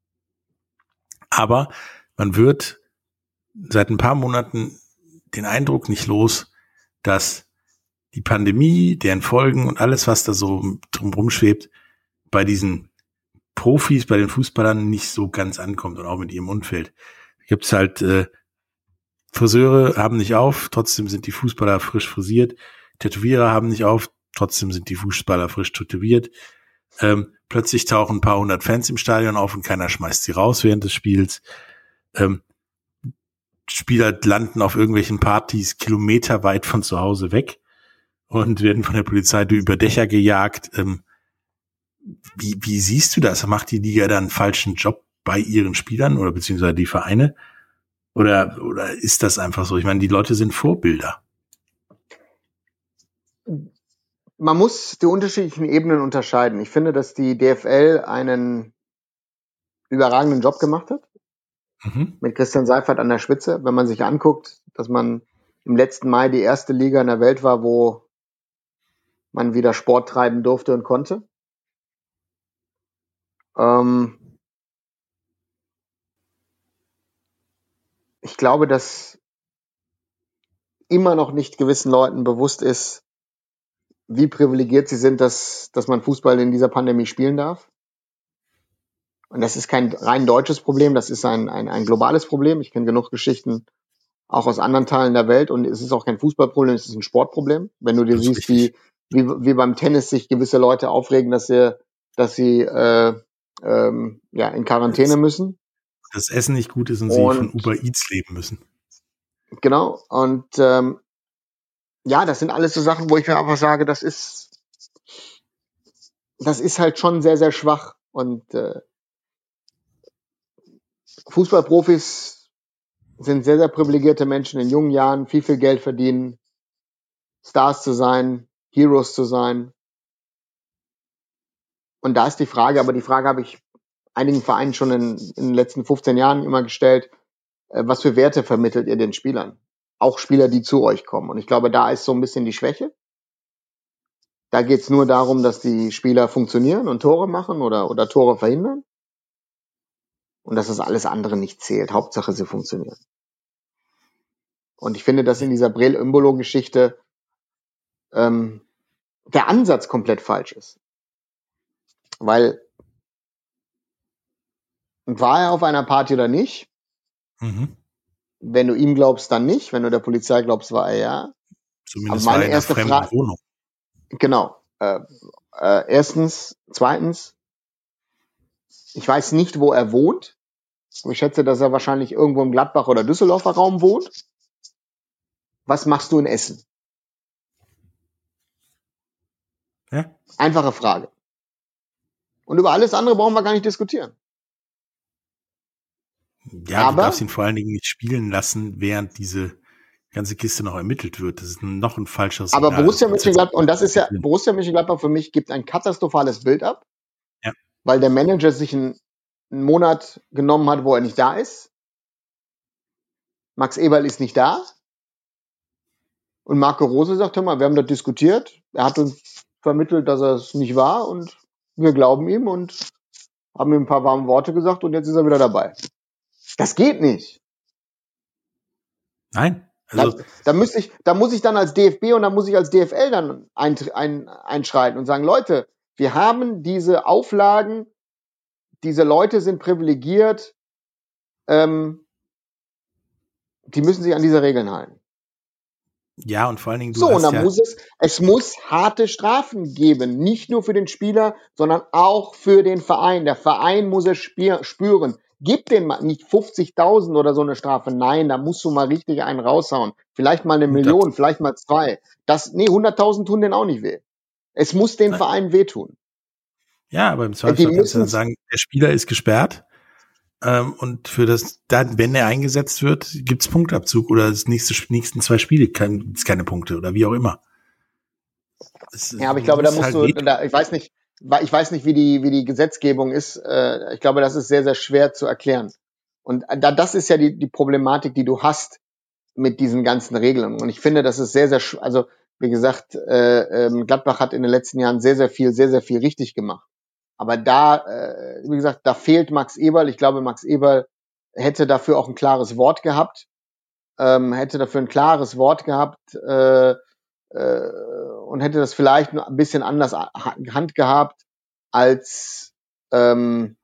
Aber man wird seit ein paar Monaten den Eindruck nicht los, dass die Pandemie, deren Folgen und alles, was da so drumherum schwebt, bei diesen Profis, bei den Fußballern nicht so ganz ankommt und auch mit ihrem Umfeld. Da gibt's halt äh, Friseure haben nicht auf, trotzdem sind die Fußballer frisch frisiert. Tätowierer haben nicht auf, trotzdem sind die Fußballer frisch tätowiert. Ähm, plötzlich tauchen ein paar hundert Fans im Stadion auf und keiner schmeißt sie raus während des Spiels. Ähm, Spieler landen auf irgendwelchen Partys kilometerweit von zu Hause weg und werden von der Polizei über Dächer gejagt. Ähm, wie, wie siehst du das? Macht die Liga da einen falschen Job bei ihren Spielern oder beziehungsweise die Vereine? Oder, oder ist das einfach so? Ich meine, die Leute sind Vorbilder. Man muss die unterschiedlichen Ebenen unterscheiden. Ich finde, dass die D F L einen überragenden Job gemacht hat. Mhm. Mit Christian Seifert an der Spitze. Wenn man sich anguckt, dass man im letzten Mai die erste Liga in der Welt war, wo man wieder Sport treiben durfte und konnte. Ähm ich glaube, dass immer noch nicht gewissen Leuten bewusst ist, wie privilegiert sie sind, dass, dass man Fußball in dieser Pandemie spielen darf. Und das ist kein rein deutsches Problem, das ist ein, ein, ein globales Problem. Ich kenne genug Geschichten auch aus anderen Teilen der Welt und es ist auch kein Fußballproblem, es ist ein Sportproblem. Wenn du dir siehst, wie, wie, wie beim Tennis sich gewisse Leute aufregen, dass sie, dass sie äh, ähm, ja, in Quarantäne müssen. Das Essen nicht gut ist und, und sie von Uber Eats leben müssen. Genau, und ähm, ja, das sind alles so Sachen, wo ich mir einfach sage, das ist das ist halt schon sehr, sehr schwach. Und äh, Fußballprofis sind sehr, sehr privilegierte Menschen in jungen Jahren, viel, viel Geld verdienen, Stars zu sein, Heroes zu sein. Und da ist die Frage, aber die Frage habe ich einigen Vereinen schon in, in den letzten fünfzehn Jahren immer gestellt, äh, was für Werte vermittelt ihr den Spielern? Auch Spieler, die zu euch kommen. Und ich glaube, da ist so ein bisschen die Schwäche. Da geht es nur darum, dass die Spieler funktionieren und Tore machen oder, oder Tore verhindern. Und dass das alles andere nicht zählt. Hauptsache, sie funktionieren. Und ich finde, dass in dieser Breel-Embolo-Geschichte ähm, der Ansatz komplett falsch ist. Weil war er auf einer Party oder nicht? Mhm. Wenn du ihm glaubst, dann nicht. Wenn du der Polizei glaubst, war er ja. Zumindest meine war er in erste einer fremden Wohnung. Genau. Äh, äh, erstens. Zweitens. Ich weiß nicht, wo er wohnt. Ich schätze, dass er wahrscheinlich irgendwo im Gladbach- oder Düsseldorfer Raum wohnt. Was machst du in Essen? Ja? Einfache Frage. Und über alles andere brauchen wir gar nicht diskutieren. Ja, Aber, du darfst ihn vor allen Dingen nicht spielen lassen, während diese ganze Kiste noch ermittelt wird. Das ist noch ein falsches aber Signal. Borussia Das ist Mönchengladbach, und das ist ja, Borussia Mönchengladbach für mich gibt ein katastrophales Bild ab, Ja. weil der Manager sich einen, einen Monat genommen hat, wo er nicht da ist. Max Eberl ist nicht da. Und Marco Rose sagt, hör mal, wir haben das diskutiert. Er hat uns vermittelt, dass er es nicht war, und wir glauben ihm und haben ihm ein paar warme Worte gesagt, und jetzt ist er wieder dabei. Das geht nicht. Nein. Also, da, da, müsste ich, da muss ich dann als D F B und da muss ich als D F L dann ein, ein, einschreiten und sagen, Leute, wir haben diese Auflagen, diese Leute sind privilegiert, ähm, die müssen sich an diese Regeln halten. ja, und vor allen Dingen, du So, hast und dann ja, muss es, es muss harte Strafen geben, nicht nur für den Spieler, sondern auch für den Verein. Der Verein muss es spier, spüren. Gib den mal nicht fünfzigtausend oder so eine Strafe. Nein, da musst du mal richtig einen raushauen. Vielleicht mal eine Million, vielleicht mal zwei. Das, nee, hunderttausend tun denen auch nicht weh. Es muss den Nein. Verein wehtun. ja, aber im Zweifel Die kannst du dann müssen's- sagen, der Spieler ist gesperrt. Ähm, und für das, dann, wenn er eingesetzt wird, gibt's Punktabzug oder das nächste, nächsten zwei Spiele gibt's keine Punkte oder wie auch immer. Es, Ja, aber ich glaube, da muss musst halt du, wehtun. da, ich weiß nicht, ich weiß nicht, wie die, wie die Gesetzgebung ist. Äh, Ich glaube, das ist sehr, sehr schwer zu erklären. Und da, das ist ja die, die Problematik, die du hast mit diesen ganzen Regelungen. Und ich finde, das ist sehr, sehr, sch- also, wie gesagt, äh, ähm, Gladbach hat in den letzten Jahren sehr, sehr viel, sehr, sehr viel richtig gemacht. Aber da, äh, wie gesagt, da fehlt Max Eberl. Ich glaube, Max Eberl hätte dafür auch ein klares Wort gehabt, ähm, hätte dafür ein klares Wort gehabt, äh, äh, und hätte das vielleicht noch ein bisschen anders ha- Hand gehabt als ähm,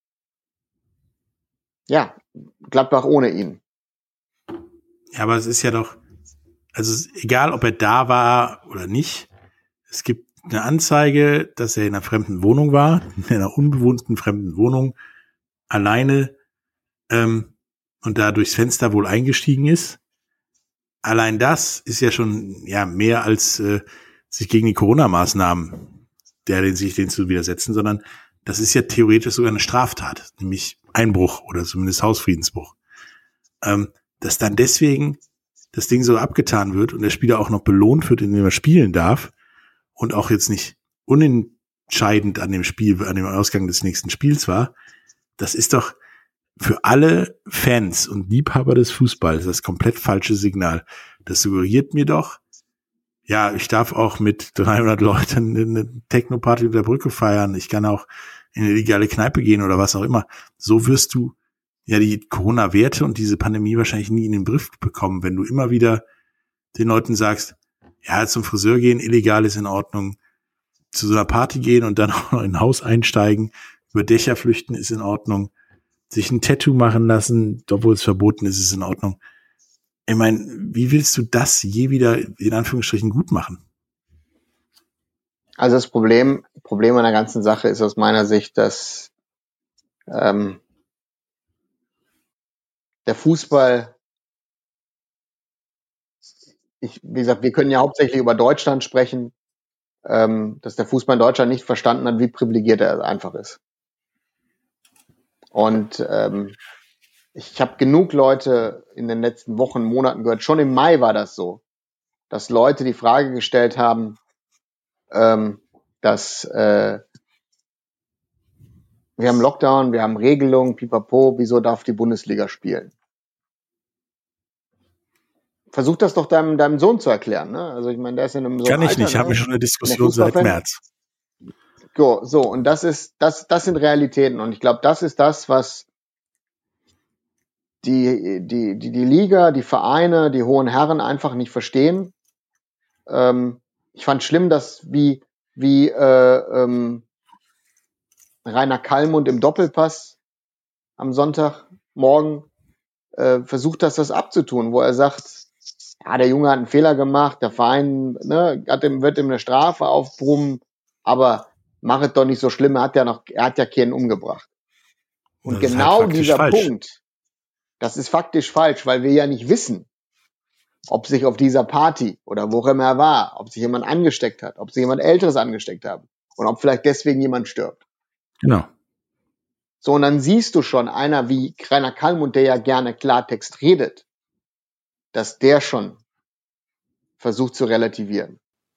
ja, Gladbach ohne ihn. Ja, aber es ist ja doch, also es ist egal, ob er da war oder nicht, es gibt eine Anzeige, dass er in einer fremden Wohnung war, in einer unbewohnten fremden Wohnung, alleine ähm, und da durchs Fenster wohl eingestiegen ist. Allein das ist ja schon ja mehr als äh, sich gegen die Corona-Maßnahmen, der den sich denen zu widersetzen, sondern das ist ja theoretisch sogar eine Straftat, nämlich Einbruch oder zumindest Hausfriedensbruch. Ähm, dass dann deswegen das Ding so abgetan wird und der Spieler auch noch belohnt wird, indem er spielen darf und auch jetzt nicht unentscheidend an dem Spiel, an dem Ausgang des nächsten Spiels war, das ist doch für alle Fans und Liebhaber des Fußballs das komplett falsche Signal. Das suggeriert mir doch, ja, ich darf auch mit dreihundert Leuten eine Techno-Party unter der Brücke feiern, ich kann auch in eine illegale Kneipe gehen oder was auch immer. So wirst du ja die Corona-Werte und diese Pandemie wahrscheinlich nie in den Griff bekommen, wenn du immer wieder den Leuten sagst, ja, zum Friseur gehen, illegal ist in Ordnung, zu so einer Party gehen und dann auch noch in ein Haus einsteigen, über Dächer flüchten ist in Ordnung, sich ein Tattoo machen lassen, obwohl es verboten ist, ist in Ordnung. Ich meine, wie willst du das je wieder in Anführungsstrichen gut machen? Also das Problem, Problem an der ganzen Sache ist aus meiner Sicht, dass ähm, der Fußball, ich, wie gesagt, wir können ja hauptsächlich über Deutschland sprechen, ähm, dass der Fußball in Deutschland nicht verstanden hat, wie privilegiert er einfach ist. Und ähm, ich habe genug Leute in den letzten Wochen, Monaten gehört, schon im Mai war das so, dass Leute die Frage gestellt haben, ähm, dass äh, wir haben Lockdown, wir haben Regelungen, pipapo, wieso darf die Bundesliga spielen? Versuch das doch deinem, deinem Sohn zu erklären. Ne? Also ich meine, der ist in einem so Kann einem ich Alter, nicht, ich habe ne? mir schon eine Diskussion Der seit Fußballfan- März. So, so, und das ist, das, das sind Realitäten. Und ich glaube, das ist das, was die, die, die, die Liga, die Vereine, die hohen Herren einfach nicht verstehen. Ähm, ich fand schlimm, dass wie, wie äh, ähm, Rainer Kallmund im Doppelpass am Sonntagmorgen äh, versucht, das, das abzutun, wo er sagt, ja, der Junge hat einen Fehler gemacht, der Verein ne, hat ihm, wird ihm eine Strafe aufbrummen, aber mach es doch nicht so schlimm, er hat ja noch, er hat ja keinen umgebracht. Und Das ist genau halt faktisch dieser falsch. Punkt, das ist faktisch falsch, weil wir ja nicht wissen, ob sich auf dieser Party oder wo immer er war, ob sich jemand angesteckt hat, ob sich jemand Älteres angesteckt hat und ob vielleicht deswegen jemand stirbt. Genau. So, und dann siehst du schon, einer wie Rainer Kallmund, der ja gerne Klartext redet, dass der schon versucht zu relativieren.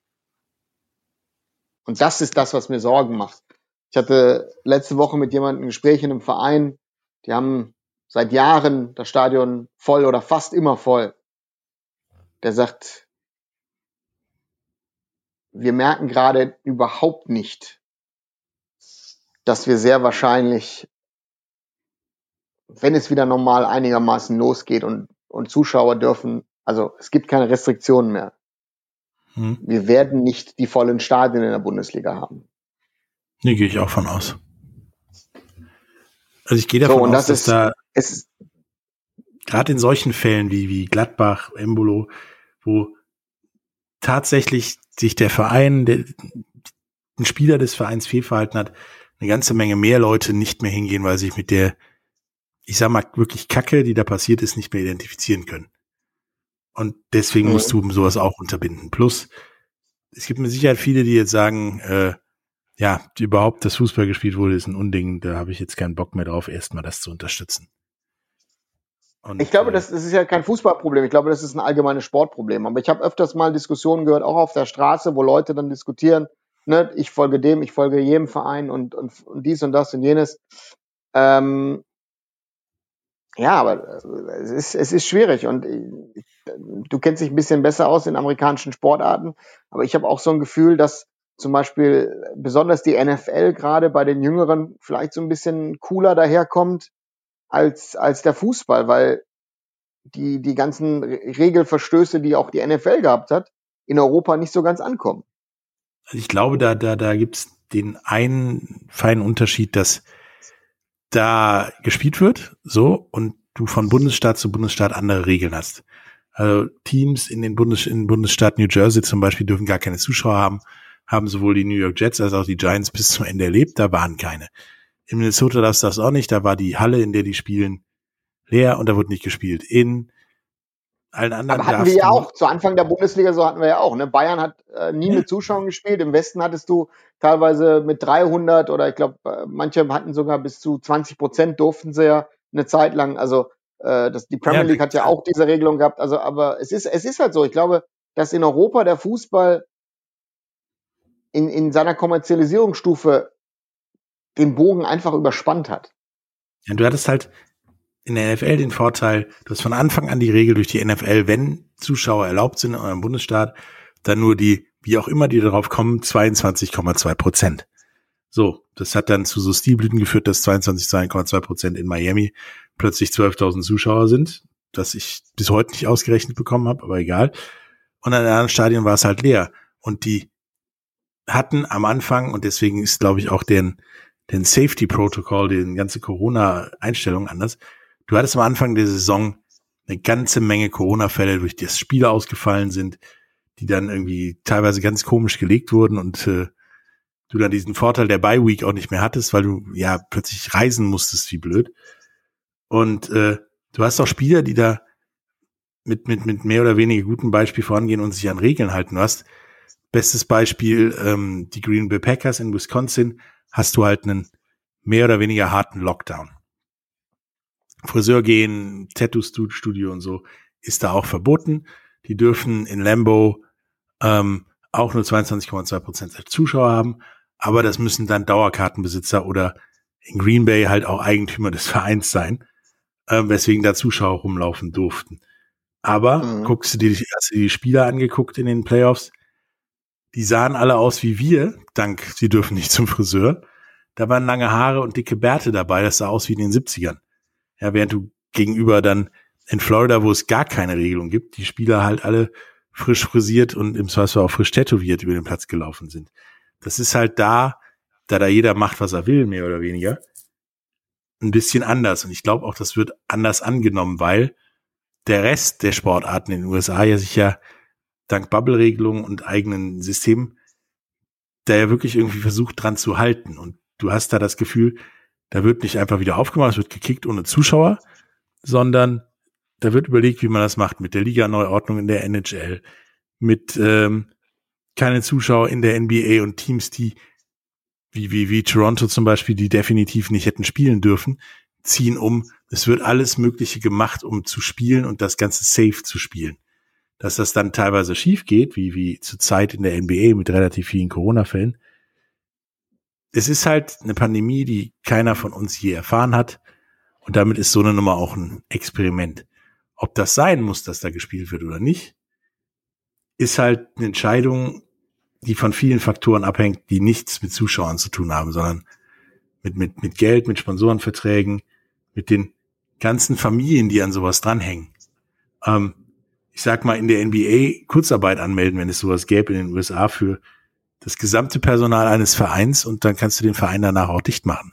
Und das ist das, was mir Sorgen macht. Ich hatte letzte Woche mit jemandem ein Gespräch in einem Verein, die haben seit Jahren das Stadion voll oder fast immer voll. Der sagt, wir merken gerade überhaupt nicht, dass wir sehr wahrscheinlich, wenn es wieder normal einigermaßen losgeht und, und Zuschauer dürfen, also es gibt keine Restriktionen mehr. Hm. Wir werden nicht die vollen Stadien in der Bundesliga haben. Nee, gehe ich auch von aus. Also ich gehe davon so, aus, das dass ist, da es gerade in solchen Fällen wie, wie Gladbach, Embolo, wo tatsächlich sich der Verein, der, ein Spieler des Vereins fehlverhalten hat, eine ganze Menge mehr Leute nicht mehr hingehen, weil sich mit der, ich sag mal, wirklich Kacke, die da passiert ist, nicht mehr identifizieren können. Und deswegen mhm. musst du sowas auch unterbinden. Plus, es gibt mit Sicherheit viele, die jetzt sagen, äh, ja, überhaupt, dass Fußball gespielt wurde, ist ein Unding, da habe ich jetzt keinen Bock mehr drauf, erstmal das zu unterstützen. Und, ich glaube, äh, das, das ist ja kein Fußballproblem, ich glaube, das ist ein allgemeines Sportproblem. Aber ich habe öfters mal Diskussionen gehört, auch auf der Straße, wo Leute dann diskutieren, ne, ich folge dem, ich folge jedem Verein und, und, und dies und das und jenes. Ähm, ja, aber es ist, es ist schwierig und ich, du kennst dich ein bisschen besser aus in amerikanischen Sportarten, aber ich habe auch so ein Gefühl, dass zum Beispiel besonders die N F L gerade bei den Jüngeren vielleicht so ein bisschen cooler daherkommt als, als der Fußball, weil die, die ganzen Regelverstöße, die auch die N F L gehabt hat, in Europa nicht so ganz ankommen. Also ich glaube, da, da, da gibt's den einen feinen Unterschied, dass da gespielt wird, so, und du von Bundesstaat zu Bundesstaat andere Regeln hast. Also Teams in den Bundes, in Bundesstaat New Jersey zum Beispiel dürfen gar keine Zuschauer haben, haben sowohl die New York Jets als auch die Giants bis zum Ende erlebt, da waren keine. In Minnesota darfst du das auch nicht, da war die Halle, in der die spielen, leer und da wurde nicht gespielt. In allen anderen. Aber hatten wir ja auch, zu Anfang der Bundesliga, so hatten wir ja auch, ne? Bayern hat äh, nie ja. mit Zuschauern gespielt, im Westen hattest du teilweise mit dreihundert oder ich glaube, äh, manche hatten sogar bis zu zwanzig Prozent durften sie ja eine Zeit lang, also äh, das, die Premier League ja, hat ja auch diese Regelung gehabt, also aber es ist, es ist halt so, ich glaube, dass in Europa der Fußball in, in seiner Kommerzialisierungsstufe den Bogen einfach überspannt hat. Ja, du hattest halt in der N F L den Vorteil, du hast von Anfang an die Regel durch die N F L, wenn Zuschauer erlaubt sind in eurem Bundesstaat, dann nur die, wie auch immer die darauf kommen, zweiundzwanzig Komma zwei Prozent. So, das hat dann zu so Stilblüten geführt, dass zweiundzwanzig Komma zwei Prozent in Miami plötzlich zwölftausend Zuschauer sind, was ich bis heute nicht ausgerechnet bekommen habe, aber egal. Und an den anderen Stadien war es halt leer. Und die hatten am Anfang, und deswegen ist, glaube ich, auch den, den Safety-Protocol, den ganze Corona-Einstellung anders. Du hattest am Anfang der Saison eine ganze Menge Corona-Fälle, durch die Spiele ausgefallen sind, die dann irgendwie teilweise ganz komisch gelegt wurden und äh, du dann diesen Vorteil der Bye-Week auch nicht mehr hattest, weil du ja plötzlich reisen musstest, wie blöd. Und äh, du hast auch Spieler, die da mit mit mit mehr oder weniger gutem Beispiel vorangehen und sich an Regeln halten. Du hast bestes Beispiel, ähm, die Green Bay Packers in Wisconsin, hast du halt einen mehr oder weniger harten Lockdown. Friseur gehen, Tattoo-Studio und so ist da auch verboten. Die dürfen in Lambeau ähm, auch nur zweiundzwanzig Komma zwei Prozent der Zuschauer haben, aber das müssen dann Dauerkartenbesitzer oder in Green Bay halt auch Eigentümer des Vereins sein, äh, weswegen da Zuschauer rumlaufen durften. Aber mhm. guckst du dir die, hast du die Spieler angeguckt in den Playoffs, die sahen alle aus wie wir, dank, sie dürfen nicht zum Friseur. Da waren lange Haare und dicke Bärte dabei, das sah aus wie in den siebzigern. Ja, während du gegenüber dann in Florida, wo es gar keine Regelung gibt, die Spieler halt alle frisch frisiert und im Zweifelsfall auch frisch tätowiert über den Platz gelaufen sind. Das ist halt da, da da jeder macht, was er will, mehr oder weniger, ein bisschen anders. Und ich glaube auch, das wird anders angenommen, weil der Rest der Sportarten in den U S A ja sich ja dank Bubble-Regelungen und eigenen Systemen da ja wirklich irgendwie versucht dran zu halten. Und du hast da das Gefühl, da wird nicht einfach wieder aufgemacht, es wird gekickt ohne Zuschauer, sondern da wird überlegt, wie man das macht mit der Liga-Neuordnung in der N H L, mit ähm, keine Zuschauer in der N B A und Teams, die wie, wie, wie Toronto zum Beispiel, die definitiv nicht hätten spielen dürfen, ziehen um. Es wird alles Mögliche gemacht, um zu spielen und das Ganze safe zu spielen. Dass das dann teilweise schief geht, wie, wie zur Zeit in der N B A mit relativ vielen Corona-Fällen. Es ist halt eine Pandemie, die keiner von uns je erfahren hat. Und damit ist so eine Nummer auch ein Experiment. Ob das sein muss, dass da gespielt wird oder nicht, ist halt eine Entscheidung, die von vielen Faktoren abhängt, die nichts mit Zuschauern zu tun haben, sondern mit, mit, mit Geld, mit Sponsorenverträgen, mit den ganzen Familien, die an sowas dranhängen. Ähm, ich sag mal, in der N B A Kurzarbeit anmelden, wenn es sowas gäbe in den U S A für das gesamte Personal eines Vereins und dann kannst du den Verein danach auch dicht machen.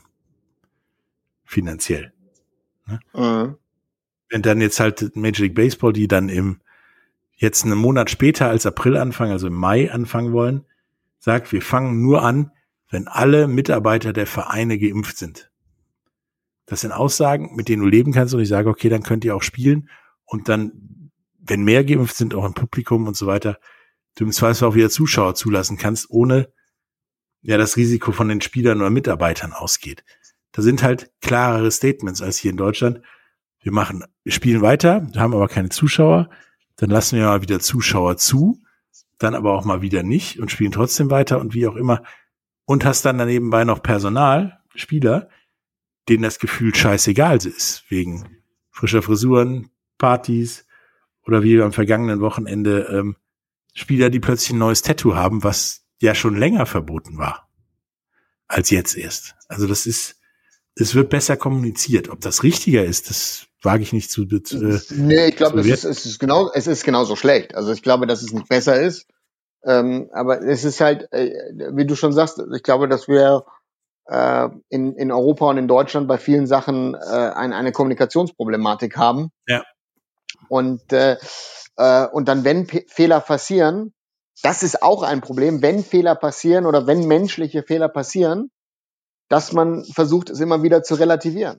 Finanziell. Ne? Mhm. Wenn dann jetzt halt Major League Baseball, die dann im jetzt einen Monat später als April anfangen, also im Mai anfangen wollen, sagt, wir fangen nur an, wenn alle Mitarbeiter der Vereine geimpft sind. Das sind Aussagen, mit denen du leben kannst und ich sage, okay, dann könnt ihr auch spielen und dann, wenn mehr geimpft sind, auch im Publikum und so weiter, du im Zweifelsfall auch wieder Zuschauer zulassen kannst, ohne ja das Risiko von den Spielern oder Mitarbeitern ausgeht. Da sind halt klarere Statements als hier in Deutschland. Wir machen, wir spielen weiter, haben aber keine Zuschauer, dann lassen wir mal wieder Zuschauer zu, dann aber auch mal wieder nicht und spielen trotzdem weiter und wie auch immer. Und hast dann nebenbei noch Personal, Spieler, denen das Gefühl scheißegal ist, wegen frischer Frisuren, Partys oder wie am vergangenen Wochenende ähm, Spieler, die plötzlich ein neues Tattoo haben, was ja schon länger verboten war, als jetzt erst. Also das ist, es wird besser kommuniziert. Ob das richtiger ist, das wage ich nicht zu. Äh, nee, ich glaube, es ist, es ist genau, es ist genauso schlecht. Also ich glaube, dass es nicht besser ist. Ähm, aber es ist halt, äh, wie du schon sagst, ich glaube, dass wir äh, in, in Europa und in Deutschland bei vielen Sachen äh, ein, eine Kommunikationsproblematik haben. Ja. Und, äh, äh, und dann, wenn P- Fehler passieren, das ist auch ein Problem, wenn Fehler passieren oder wenn menschliche Fehler passieren, dass man versucht, es immer wieder zu relativieren.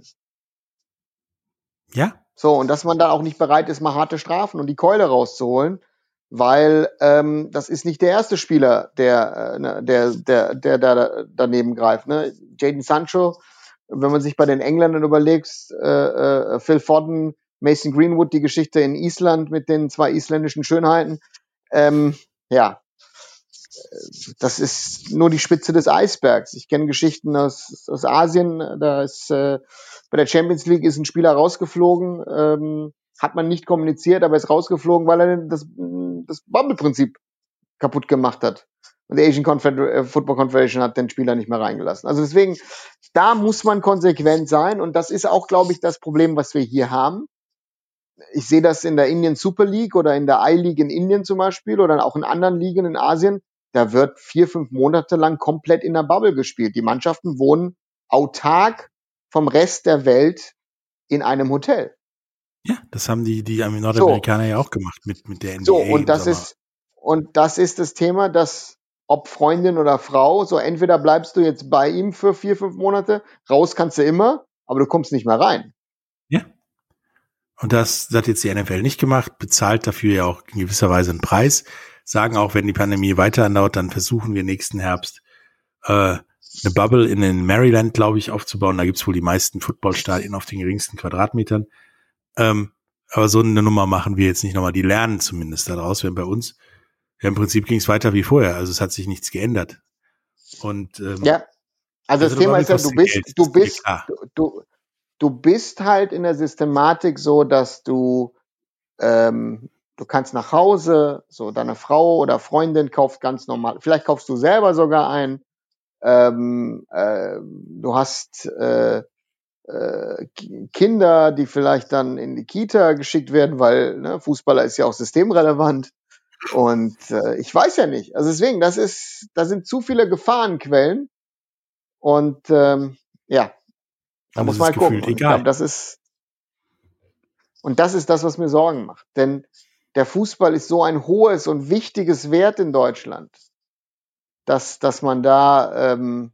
Ja. So, und dass man da auch nicht bereit ist, mal harte Strafen und die Keule rauszuholen, weil ähm, das ist nicht der erste Spieler, der äh, der der der da daneben greift. Ne? Jadon Sancho, wenn man sich bei den Engländern überlegt, äh, äh, Phil Foden, Mason Greenwood, die Geschichte in Island mit den zwei isländischen Schönheiten, ähm, ja, das ist nur die Spitze des Eisbergs. Ich kenne Geschichten aus aus Asien, da ist äh, bei der Champions League ist ein Spieler rausgeflogen, ähm, hat man nicht kommuniziert, aber ist rausgeflogen, weil er das, das Bubble-Prinzip kaputt gemacht hat. Und die Asian Confeder- Football Confederation hat den Spieler nicht mehr reingelassen. Also deswegen, da muss man konsequent sein und das ist auch, glaube ich, das Problem, was wir hier haben. Ich sehe das in der Indian Super League oder in der I-League in Indien zum Beispiel oder auch in anderen Ligen in Asien. Da wird vier, fünf Monate lang komplett in der Bubble gespielt. Die Mannschaften wohnen autark vom Rest der Welt in einem Hotel. Ja, das haben die, die Nordamerikaner so. ja auch gemacht mit, mit der N B A. So, und das ist, und das ist das Thema, dass ob Freundin oder Frau, so entweder bleibst du jetzt bei ihm für vier, fünf Monate, raus kannst du immer, aber du kommst nicht mehr rein. Ja. Und das, das hat jetzt die N F L nicht gemacht, bezahlt dafür ja auch in gewisser Weise einen Preis, sagen auch, wenn die Pandemie weiter andauert, dann versuchen wir nächsten Herbst äh, eine Bubble in den Maryland, glaube ich, aufzubauen. Da gibt's wohl die meisten Footballstadien auf den geringsten Quadratmetern. Ähm, aber so eine Nummer machen wir jetzt nicht nochmal. Die lernen zumindest daraus, wenn bei uns, ja, im Prinzip ging's weiter wie vorher. Also es hat sich nichts geändert. Und ähm, ja, also, also das Thema ist ja, du bist, Geld, du bist, du, du, du bist halt in der Systematik so, dass du ähm, du kannst nach Hause, so deine Frau oder Freundin kauft ganz normal, vielleicht kaufst du selber sogar ein, ähm, äh, du hast äh, äh, Kinder, die vielleicht dann in die Kita geschickt werden, weil ne, Fußballer ist ja auch systemrelevant und äh, ich weiß ja nicht, also deswegen, das ist, da sind zu viele Gefahrenquellen und ähm, ja, da und muss man halt gucken. Und ich glaube, das ist und das ist das, was mir Sorgen macht, denn der Fußball ist so ein hohes und wichtiges Wert in Deutschland, dass, dass man da ähm,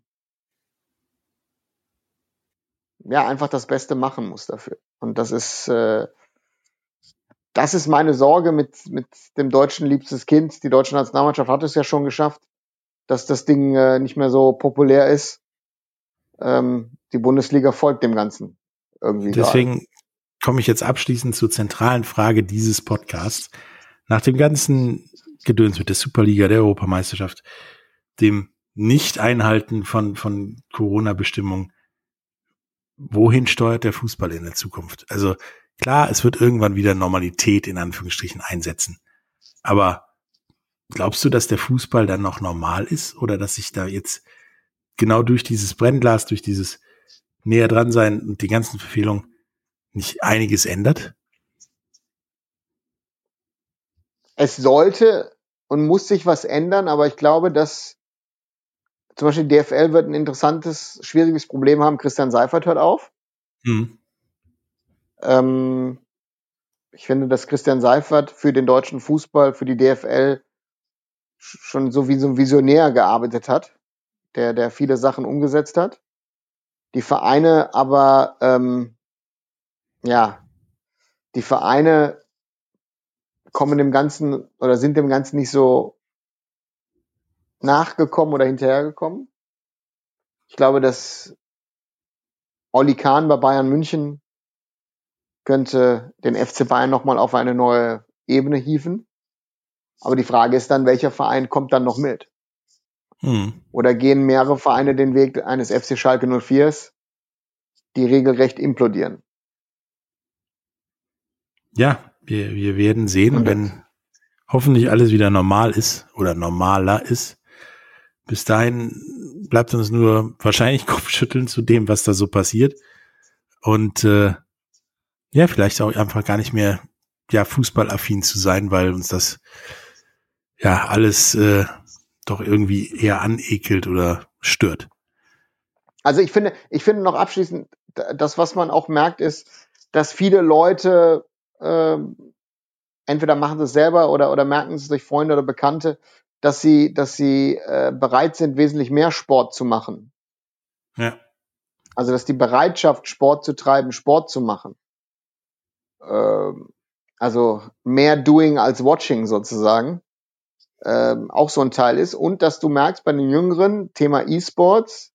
ja einfach das Beste machen muss dafür. Und das ist äh, das ist meine Sorge mit mit dem deutschen liebstes Kind. Die deutsche Nationalmannschaft hat es ja schon geschafft. dass das Ding äh, nicht mehr so populär ist. Ähm, die Bundesliga folgt dem Ganzen irgendwie. Deswegen komme ich jetzt abschließend zur zentralen Frage dieses Podcasts. Nach dem ganzen Gedöns mit der Superliga, der Europameisterschaft, dem Nicht-Einhalten von, von Corona-Bestimmungen, wohin steuert der Fußball in der Zukunft? Also klar, es wird irgendwann wieder Normalität in Anführungsstrichen einsetzen. Aber glaubst du, dass der Fußball dann noch normal ist oder dass sich da jetzt genau durch dieses Brennglas, durch dieses näher dran sein und die ganzen Verfehlungen nicht einiges ändert? Es sollte und muss sich was ändern, aber ich glaube, dass zum Beispiel die D F L wird ein interessantes, schwieriges Problem haben. Christian Seifert hört auf. Hm. Ähm, ich finde, dass Christian Seifert für den deutschen Fußball, für die D F L schon so wie so ein Visionär gearbeitet hat, der, der viele Sachen umgesetzt hat. Die Vereine aber, ähm, ja, die Vereine kommen dem Ganzen oder sind dem Ganzen nicht so nachgekommen oder hinterhergekommen. Ich glaube, dass Oli Kahn bei Bayern München könnte den F C Bayern nochmal auf eine neue Ebene hieven. Aber die Frage ist dann, welcher Verein kommt dann noch mit? Hm. Oder gehen mehrere Vereine den Weg eines F C Schalke null vier, die regelrecht implodieren? Ja, wir, wir werden sehen, Und wenn hoffentlich alles wieder normal ist oder normaler ist. Bis dahin bleibt uns nur wahrscheinlich Kopfschütteln zu dem, was da so passiert. Und äh, ja, vielleicht auch einfach gar nicht mehr ja fußballaffin zu sein, weil uns das ja alles äh, doch irgendwie eher anekelt oder stört. Also ich finde, ich finde noch abschließend, das, was man auch merkt, ist, dass viele Leute äh, entweder machen sie es selber oder oder merken es durch Freunde oder Bekannte, dass sie, dass sie äh, bereit sind, wesentlich mehr Sport zu machen. Ja. Also dass die Bereitschaft, Sport zu treiben, Sport zu machen, äh, also mehr Doing als Watching sozusagen, äh, auch so ein Teil ist. Und dass du merkst bei den Jüngeren, Thema E-Sports,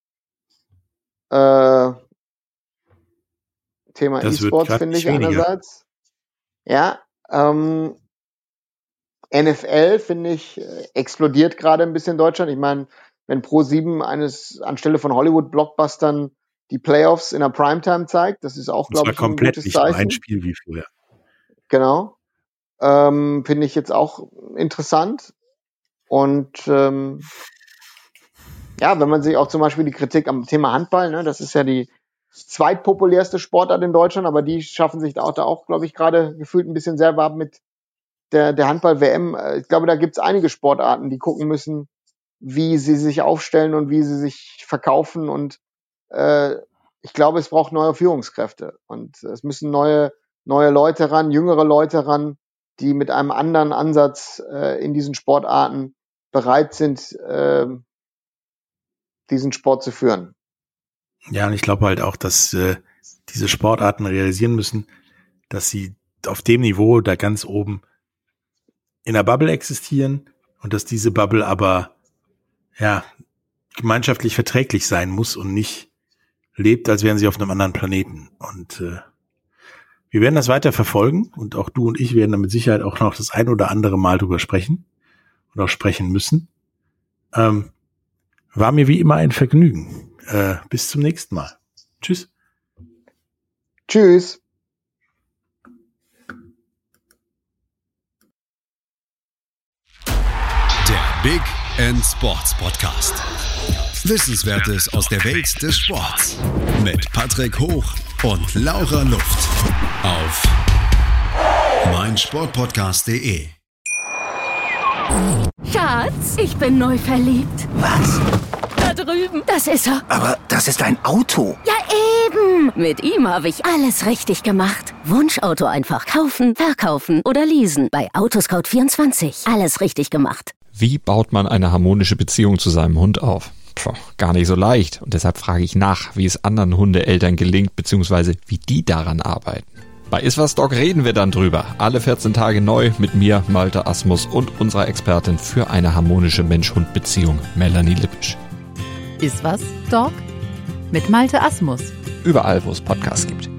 äh, Thema Das wird E-Sports grad finde ich nicht weniger. einerseits. Ja, ähm, N F L, finde ich, äh, explodiert gerade ein bisschen in Deutschland. Ich meine, wenn Pro sieben eines anstelle von Hollywood-Blockbustern die Playoffs in der Primetime zeigt, das ist auch, Und zwar glaube ich, ein komplett gutes nicht nur Zeichen. ein Spiel wie früher. Genau. Ähm, finde ich jetzt auch interessant. Und ähm, ja, wenn man sich auch zum Beispiel die Kritik am Thema Handball, ne, das ist ja die zweitpopulärste Sportart in Deutschland, aber die schaffen sich da auch, da auch glaube ich, gerade gefühlt ein bisschen selber ab mit der, der Handball-W M. Ich glaube, da gibt es einige Sportarten, die gucken müssen, wie sie sich aufstellen und wie sie sich verkaufen. Und äh, ich glaube, es braucht neue Führungskräfte. Und es müssen neue, neue Leute ran, jüngere Leute ran, die mit einem anderen Ansatz äh, in diesen Sportarten bereit sind, äh, diesen Sport zu führen. Ja, und ich glaube halt auch, dass äh, diese Sportarten realisieren müssen, dass sie auf dem Niveau da ganz oben in der Bubble existieren und dass diese Bubble aber ja gemeinschaftlich verträglich sein muss und nicht lebt, als wären sie auf einem anderen Planeten. Und äh, wir werden das weiter verfolgen und auch du und ich werden da mit Sicherheit auch noch das ein oder andere Mal drüber sprechen und auch sprechen müssen. Ähm, war mir wie immer ein Vergnügen. Äh, bis zum nächsten Mal. Tschüss. Tschüss. Der Big End Sports Podcast. Wissenswertes aus der Welt des Sports. Mit Patrick Hoch und Laura Luft. Auf meinsportpodcast punkt de. Schatz, ich bin neu verliebt. Was? Da drüben. Das ist er. Aber das ist ein Auto. Ja, eben. Mit ihm habe ich alles richtig gemacht. Wunschauto einfach kaufen, verkaufen oder leasen. Bei Autoscout vierundzwanzig. Alles richtig gemacht. Wie baut man eine harmonische Beziehung zu seinem Hund auf? Puh, gar nicht so leicht. Und deshalb frage ich nach, wie es anderen Hundeeltern gelingt, beziehungsweise wie die daran arbeiten. Bei Iswas Dog reden wir dann drüber. Alle vierzehn Tage neu mit mir, Malte Asmus und unserer Expertin für eine harmonische Mensch-Hund-Beziehung, Melanie Lippisch. Iswas Dog mit Malte Asmus. Überall, wo es Podcasts gibt.